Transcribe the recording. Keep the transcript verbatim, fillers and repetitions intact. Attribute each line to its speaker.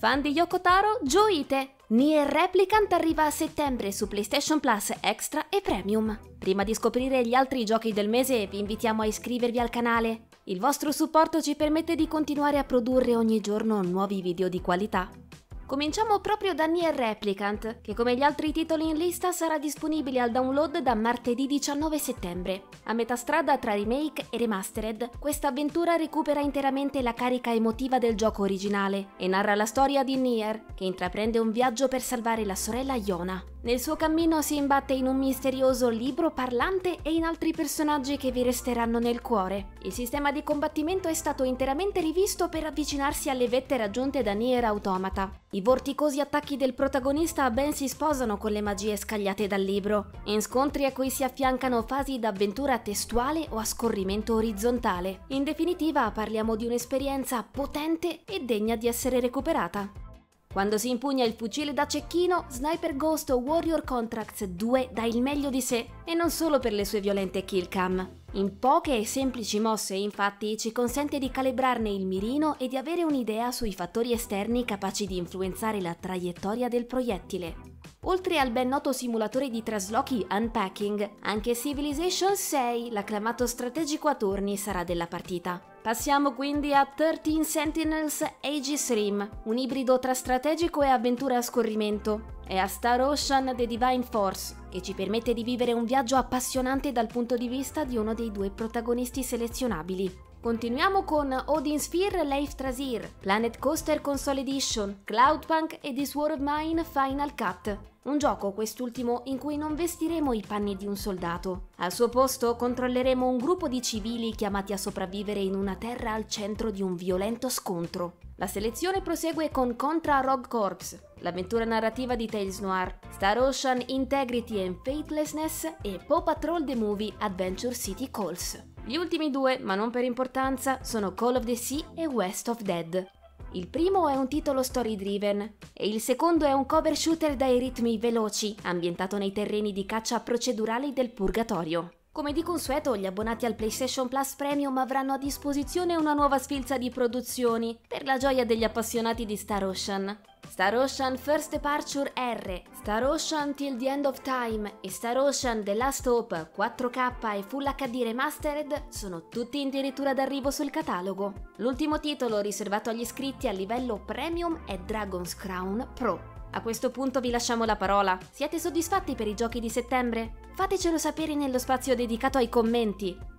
Speaker 1: Fan di Yoko Taro, gioite! Nier Replicant arriva a settembre su PlayStation Plus Extra e Premium. Prima di scoprire gli altri giochi del mese vi invitiamo a iscrivervi al canale. Il vostro supporto ci permette di continuare a produrre ogni giorno nuovi video di qualità. Cominciamo proprio da Nier Replicant, che come gli altri titoli in lista sarà disponibile al download da martedì diciannove settembre. A metà strada tra remake e remastered, questa avventura recupera interamente la carica emotiva del gioco originale e narra la storia di Nier, che intraprende un viaggio per salvare la sorella Yona. Nel suo cammino si imbatte in un misterioso libro parlante e in altri personaggi che vi resteranno nel cuore. Il sistema di combattimento è stato interamente rivisto per avvicinarsi alle vette raggiunte da Nier Automata. I vorticosi attacchi del protagonista ben si sposano con le magie scagliate dal libro, in scontri a cui si affiancano fasi d'avventura testuale o a scorrimento orizzontale. In definitiva parliamo di un'esperienza potente e degna di essere recuperata. Quando si impugna il fucile da cecchino, Sniper Ghost Warrior Contracts due dà il meglio di sé, e non solo per le sue violente kill cam. In poche e semplici mosse, infatti, ci consente di calibrarne il mirino e di avere un'idea sui fattori esterni capaci di influenzare la traiettoria del proiettile. Oltre al ben noto simulatore di traslochi Unpacking, anche Civilization sei, l'acclamato strategico a turni, sarà della partita. Passiamo quindi a tredici Sentinels Aegis Rim, un ibrido tra strategico e avventura a scorrimento, e a Star Ocean The Divine Force, che ci permette di vivere un viaggio appassionante dal punto di vista di uno dei due protagonisti selezionabili. Continuiamo con Odin Sphere Leif Trasir, Planet Coaster Console Edition, Cloudpunk e This War of Mine Final Cut. Un gioco, quest'ultimo, in cui non vestiremo i panni di un soldato. Al suo posto controlleremo un gruppo di civili chiamati a sopravvivere in una terra al centro di un violento scontro. La selezione prosegue con Contra Rogue Corps, l'avventura narrativa di Tales Noir, Star Ocean Integrity and Faithlessness e Paw Patrol The Movie Adventure City Calls. Gli ultimi due, ma non per importanza, sono Call of the Sea e West of Dead. Il primo è un titolo story-driven e il secondo è un cover shooter dai ritmi veloci, ambientato nei terreni di caccia procedurali del Purgatorio. Come di consueto, gli abbonati al PlayStation Plus Premium avranno a disposizione una nuova sfilza di produzioni, per la gioia degli appassionati di Star Ocean. Star Ocean First Departure R, Star Ocean Till the End of Time e Star Ocean The Last Hope quattro K e Full H D Remastered sono tutti addirittura d'arrivo sul catalogo. L'ultimo titolo riservato agli iscritti a livello Premium è Dragon's Crown Pro. A questo punto vi lasciamo la parola. Siete soddisfatti per i giochi di settembre? Fatecelo sapere nello spazio dedicato ai commenti.